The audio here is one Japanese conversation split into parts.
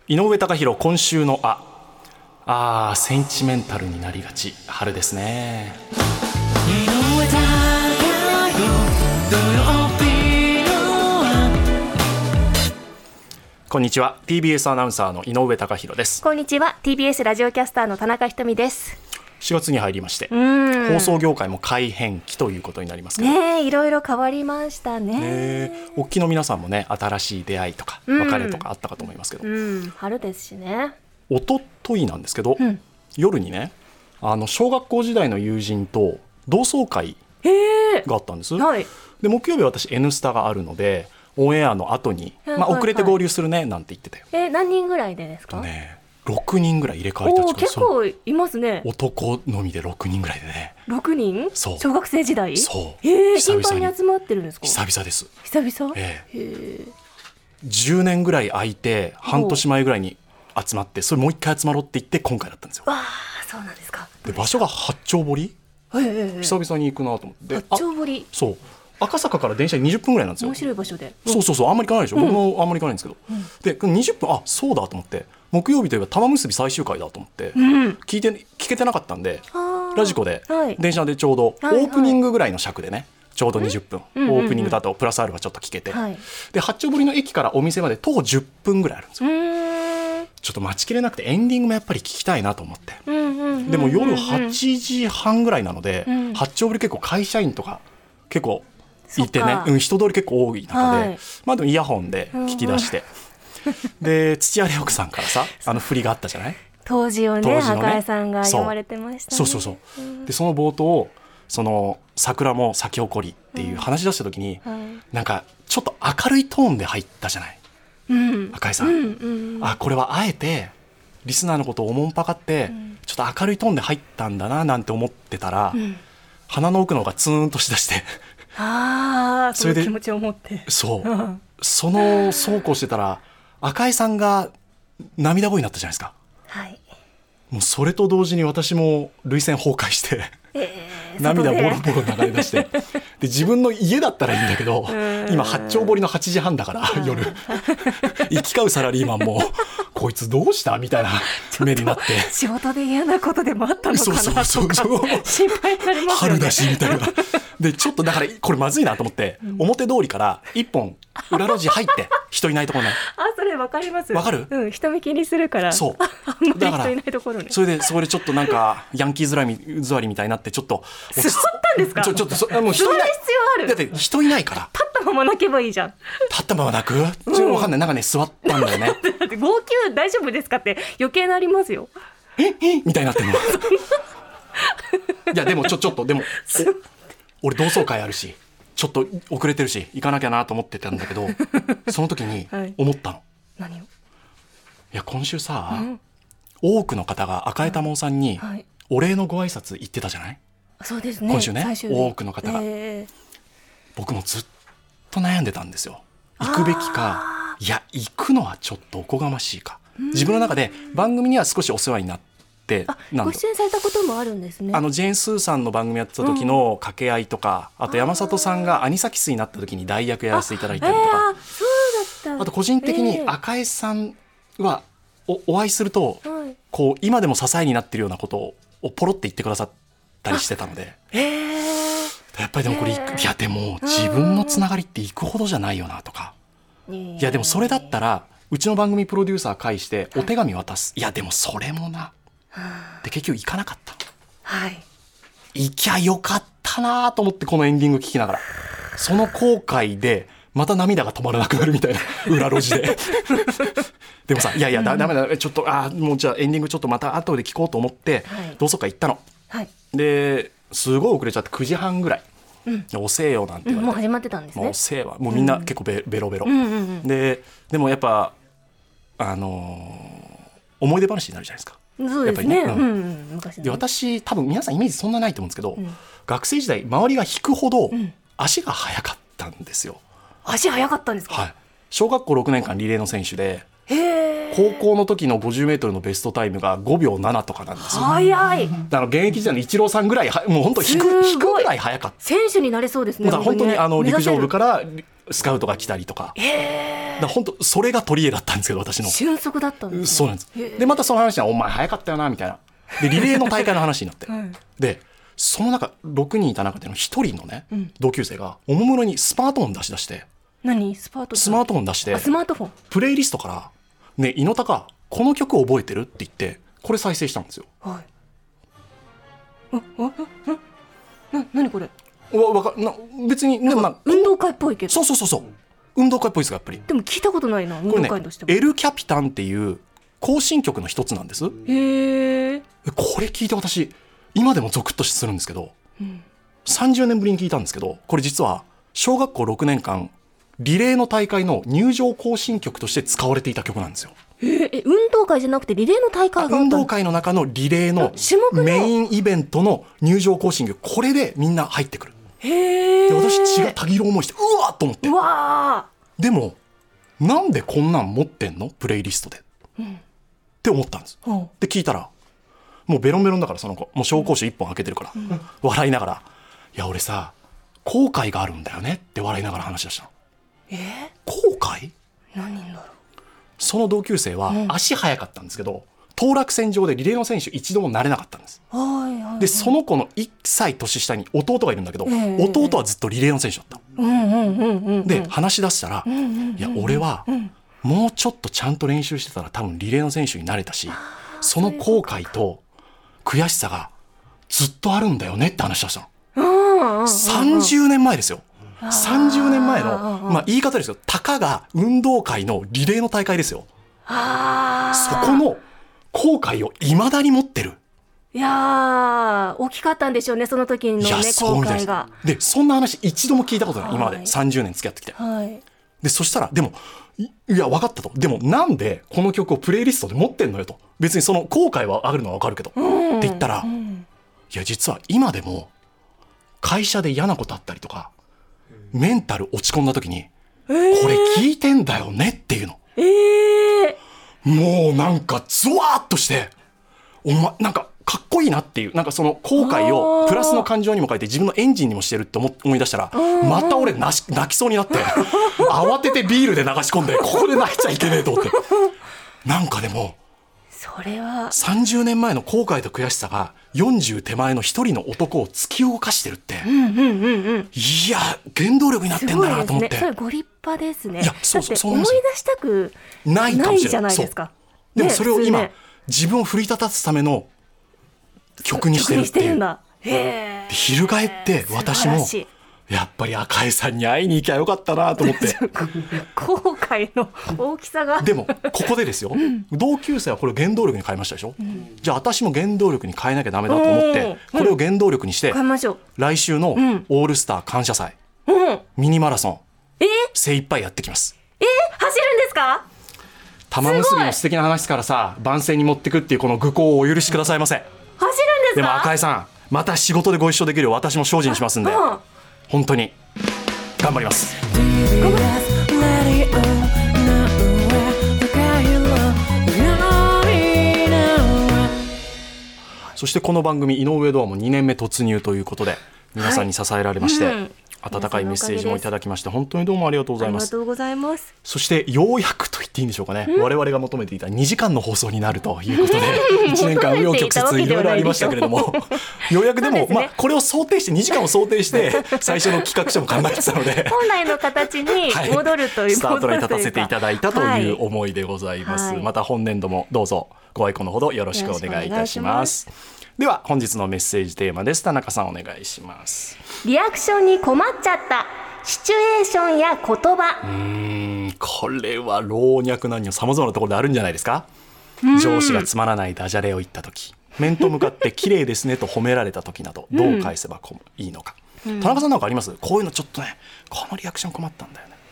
井上貴博、今週のセンチメンタルになりがち。春ですね。 井上貴博土曜日のこんにちは。 TBS アナウンサーの井上貴博です。 こんにちは。 TBS ラジオキャスターの田中ひとみです。 4月に入りまして、放送業界も改編期ということになりますけどね。いろいろ変わりましたね。 おっきの皆さんもね、新しい出会いとか別れとかあったかと思いますけど、 春ですしね。 おとといなんですけど、夜にね、小学校時代の友人と同窓会があったんです、で木曜日私 N スタがあるので、オンエアの後に、遅れて合流するねなんて言ってたよ。 何人ぐらいでですか ？6人ぐらい入れ替わり立ち。 結構いますね。 男のみで6人ぐらいでね。 6人？ そう。 小学生時代？ そう。 頻繁に集まってるんですか？ 久々です。 久々 ？10年ぐらい空いて半年前ぐらいに集まって、それもう一回集まろうって言って今回だったんですよ。 そうなんですか。 で場所が八丁堀、久々に行くなと思って。 八丁堀。 そう。赤坂から電車に20分ぐらいなんですよ。 面白い場所で。 そうあんまり行かないでしょ、僕もあんまり行かないんですけど、で20分そうだと思って、木曜日といえば玉結び最終回だと思って、聞けてなかったんで、ラジコで、電車でちょうどオープニングぐらいの尺でね、ちょうど20分、オープニングだとプラスアルファちょっと聞けて、で八丁堀の駅からお店まで徒歩10分ぐらいあるんですよ。ちょっと待ちきれなくてエンディングもやっぱり聞きたいなと思って、でも夜8時半ぐらいなので、八丁堀結構会社員とか結構いてね、人通り結構多い中で、でもイヤホンで聞き出して、で土屋レオクさんからさ、振りがあったじゃない、 当時をね、赤井さんが読まれてましたね。 そうでその冒頭、その桜も咲き誇りっていう話し出した時に、なんかちょっと明るいトーンで入ったじゃない、赤井さん、これはあえてリスナーのことをおもんぱかって、ちょっと明るいトーンで入ったんだななんて思ってたら、鼻の奥の方がツーンとしだして、 その気持ちを持って、 そうこうしてたら赤井さんが涙声になったじゃないですか。もうそれと同時に私も涙腺崩壊して、涙ボロボロ流れ出してで自分の家だったらいいんだけど、今八丁堀の8時半だから夜行き交うサラリーマンもこいつどうしたみたいな目になって、 仕事で嫌なことでもあったのかなとか心配になりますよね。 春だしみたいなでちょっとだからこれまずいなと思って、表通りから一本裏路地入って人いないところね。 それ分かります。 分かる？ 人見気にするから。 そうあんまり人いないところね。 それでちょっとなんかヤンキー座りみたたいになって、ちょっと座ったんですか？ ちょっともう人いない。 必要ある？ だって人いないから。 立ったまま泣けばいいじゃん。 立ったまま泣く？分かんない。なんかね、座ったんだよね。 だって号泣大丈夫ですかって余計なりますよ。 みたいになってるの。いやでもちょっとでも俺同窓会あるし、ちょっと遅れてるし行かなきゃなと思ってたんだけど、その時に思ったの。 何を？ いや今週さ、多くの方が赤江珠緒さんにお礼のご挨拶行ってたじゃない？ そうですね。 今週ね、多くの方が、僕もずっと悩んでたんですよ。行くべきか、いや行くのはちょっとおこがましいか。自分の中で番組には少しお世話になって、 ご出演されたこともあるんですね。 ジェーン・スーさんの番組やってた時の掛け合いとか、あと山里さんがアニサキスになった時に代役やらせていただいたりとか、 そうだった。 あと個人的に赤江さんはお会いすると、こう今でも支えになっているようなことをポロって言ってくださったりしてたので、やっぱりでもこれ、いやでも自分のつながりって行くほどじゃないよなとか、いやでもそれだったらうちの番組プロデューサー介してお手紙渡す、いやでもそれもなで結局行かなかった。行きゃよかったなと思って、このエンディング聞きながらその後悔でまた涙が止まらなくなるみたいな、裏路地ででもさ、いやダメだ、ちょっともうじゃあエンディングちょっとまた後で聞こうと思って、同窓会行ったの。ですごい遅れちゃって9時半ぐらい、おせえよなんて言われて、 もう始まってたんですね。 もうおせえはもうみんな結構ベロベロ、でもやっぱ思い出話になるじゃないですか。 そうですね。 で私多分皆さんイメージそんなないと思うんですけど、学生時代周りが引くほど足が速かったんですよ。 足速かったんですか？ 小学校6年間リレーの選手で、高校の時の50メートルのベストタイムが5秒7とかなんですよ。 速い。 だから現役時代のイチローさんぐらいもう本当引くぐらい速かった。 選手になれそうですね。 本当に陸上部からスカウトが来たりとか、だから本当それが取り柄だったんですけど、私の俊足だったんですね。 そうなんです。でまたその話はお前早かったよなみたいなでリレーの大会の話になって、でその中6人いた中での1人のね、同級生がおもむろにスマートフォン出しして、 何スマートフォン出して、 スマートフォンプレイリストからね、猪高この曲覚えてるって言ってこれ再生したんですよ。 何これ。 別にでも運動会っぽいけど。 そう運動会っぽいですがやっぱり。 でも聞いたことないな、運動会としても。 エルキャピタンっていう行進曲の一つなんです。 へえ。 これ聞いて私今でもゾクッとするんですけど、30年ぶりに聞いたんですけど、これ実は小学校6年間リレーの大会の入場行進曲として使われていた曲なんですよ。 運動会じゃなくてリレーの大会があったの？ 運動会の中のリレーのメインイベントの入場行進曲、これでみんな入ってくる。で私血がたぎる思いしてうわーっと思って、でもなんでこんなん持ってんのプレイリストで、って思ったんです。で聞いたらもうベロンベロンだから、その子もう紹興酒1本開けてるから、笑いながらいや俺さ後悔があるんだよねって笑いながら話し出したの。後悔？ 何だろう。 その同級生は足速かったんですけど、当落線上でリレーの選手一度もなれなかったんです。でその子の1歳年下に弟がいるんだけど、弟はずっとリレーの選手だった。で話し出したら、いや俺はもうちょっとちゃんと練習してたら多分リレーの選手になれたし、その後悔と悔しさがずっとあるんだよねって話をしたの。30年前ですよ。30年前の、言い方ですよ、たかが運動会のリレーの大会ですよ。そこの後悔をいまだに持ってる。 いや大きかったんでしょうね、その時のね、後悔が。 でそんな話一度も聞いたことない、今まで30年付き合ってきて。でそしたらでもいや分かったと。でもなんでこの曲をプレイリストで持ってんのよと。別にその後悔はあるのは分かるけど、って言ったら、いや実は今でも会社で嫌なことあったりとかメンタル落ち込んだ時に、これ聞いてんだよねっていうの。もうなんかゾワーッとして、なんかかっこいいなっていう、なんかその後悔をプラスの感情にも変えて自分のエンジンにもしてるって思い出したら、また俺泣きそうになって慌ててビールで流し込んで、ここで泣いちゃいけねえと思って。なんかでもそれは 30年前の後悔と悔しさが40手前の一人の男を突き動かしてるって、いや原動力になってんだなと思って。 それご立派ですね。 いやそうだって思い出したくないじゃないですか。 でもそれを今、自分を奮い立たすための曲にしてるっていう。翻って私もやっぱり赤江さんに会いに行きゃよかったなと思って。 後悔の大きさが。 でもここでですよ、同級生はこれを原動力に変えましたでしょ、じゃあ私も原動力に変えなきゃダメだと思って、これを原動力にして来週のオールスター感謝祭、ミニマラソン精一杯やってきます。 走るんですか？ 玉結びの素敵な話からさ、番宣に持ってくっていうこの愚行をお許しくださいませ。 走るんですか？ でも赤江さんまた仕事でご一緒できるよう私も精進しますんで、本当に頑張ります。そしてこの番組井上ドアも2年目突入ということで、皆さんに支えられまして、温かいメッセージもいただきまして本当にどうもありがとうございます。 ありがとうございます。 そしてようやくと言っていいんでしょうかね、我々が求めていた2時間の放送になるということで1年間紆余曲折いろいろありましたけれどもようやくでもこれを想定して2時間を想定して最初の企画書も考えてたので本来の形に戻るという、 スタートに立たせていただいたという思いでございます。また本年度もどうぞご愛顧のほどよろしくお願いいたします。では本日のメッセージテーマです。田中さんお願いします。 リアクションに困っちゃったシチュエーションや言葉。 これは老若男女さまざまなところであるんじゃないですか。上司がつまらないダジャレを言った時、面と向かって綺麗ですねと褒められた時などどう返せばいいのか、田中さんなんかあります？こういうのちょっとね、このリアクション困ったんだよね。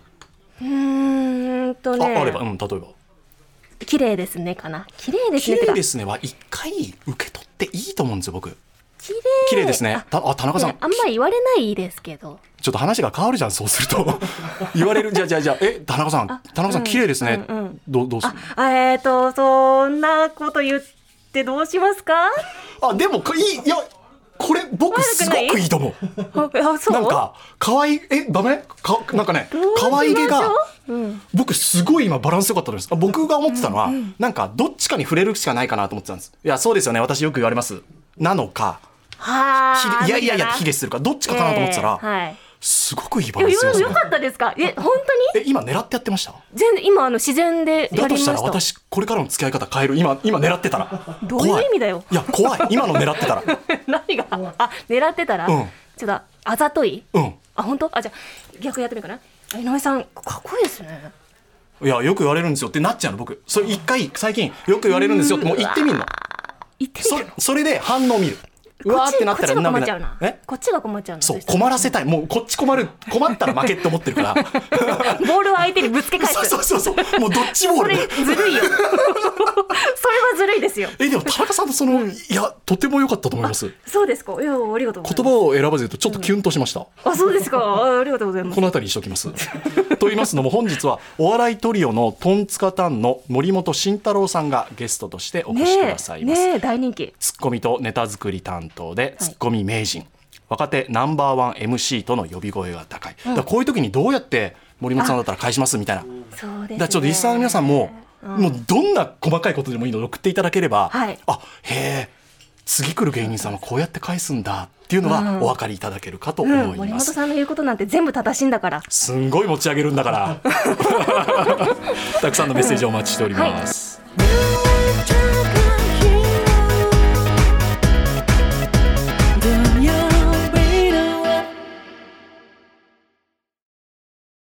あれば、例えば綺麗ですねかな。綺麗ですね。 綺麗ですねは一回受け取っていいと思うんですよ僕。綺麗ですね。田中さん、 あんまり言われないですけど。 ちょっと話が変わるじゃんそうすると言われる。じゃあ田中さん綺麗ですね、どうする？ そんなこと言ってどうしますか？ でもいやこれ僕すごくいいと思う。 あ、そう。 なんか可愛いダメなんかね可愛げが、僕すごい今バランス良かったです。僕が思ってたのは、なんかどっちかに触れるしかないかなと思ってたんです。いやそうですよね、私よく言われますなのか、いやいやいやって卑下するか、どっちかかなと思ってたら、 はい、 すごくいいバランスですね。 よかったですか？本当に？ 今狙ってやってました？ 全然今自然でやりました。 だとしたら私これからの付き合い方変える。今狙ってたらどういう意味だよ。 いや怖い、今の狙ってたら何が狙ってたら、ちょっとあざとい、本当？じゃあ逆やってみようかな。井上さんかっこいいですね。 いやよく言われるんですよってなっちゃうの僕。それ一回最近よく言われるんですよってもう言ってみるの。それで反応見る。うわーってなったら困っちゃうな。こっちが困っちゃうな。 そう困らせたい。もうこっち困ったら負けって思ってるからボールを相手にぶつけ返す。 そうもうどっちボール。 それずるいよそれはずるいですよ。 でも田中さんといやとても良かったと思います。 そうですか。いやありがとうございます。 言葉を選ばずとちょっとキュンとしました。 そうですか。ありがとうございます。 このあたりにしときますと言いますのも本日はお笑いトリオのトンツカタンの森本慎太郎さんがゲストとしてお越しくださいます。 ねえ大人気。 ツッコミとネタ作り担当でツッコミ名人、若手ナンバーワン MC との呼び声が高い、だからこういう時にどうやって森本さんだったら返しますみたいな。 そうですね。 だからちょっとリスナーの皆さんも、もうどんな細かいことでもいいので送っていただければ、へえ次来る芸人さんはこうやって返すんだっていうのがお分かりいただけるかと思います。 森本さんの言うことなんて全部正しいんだから。 すんごい持ち上げるんだからたくさんのメッセージをお待ちしております。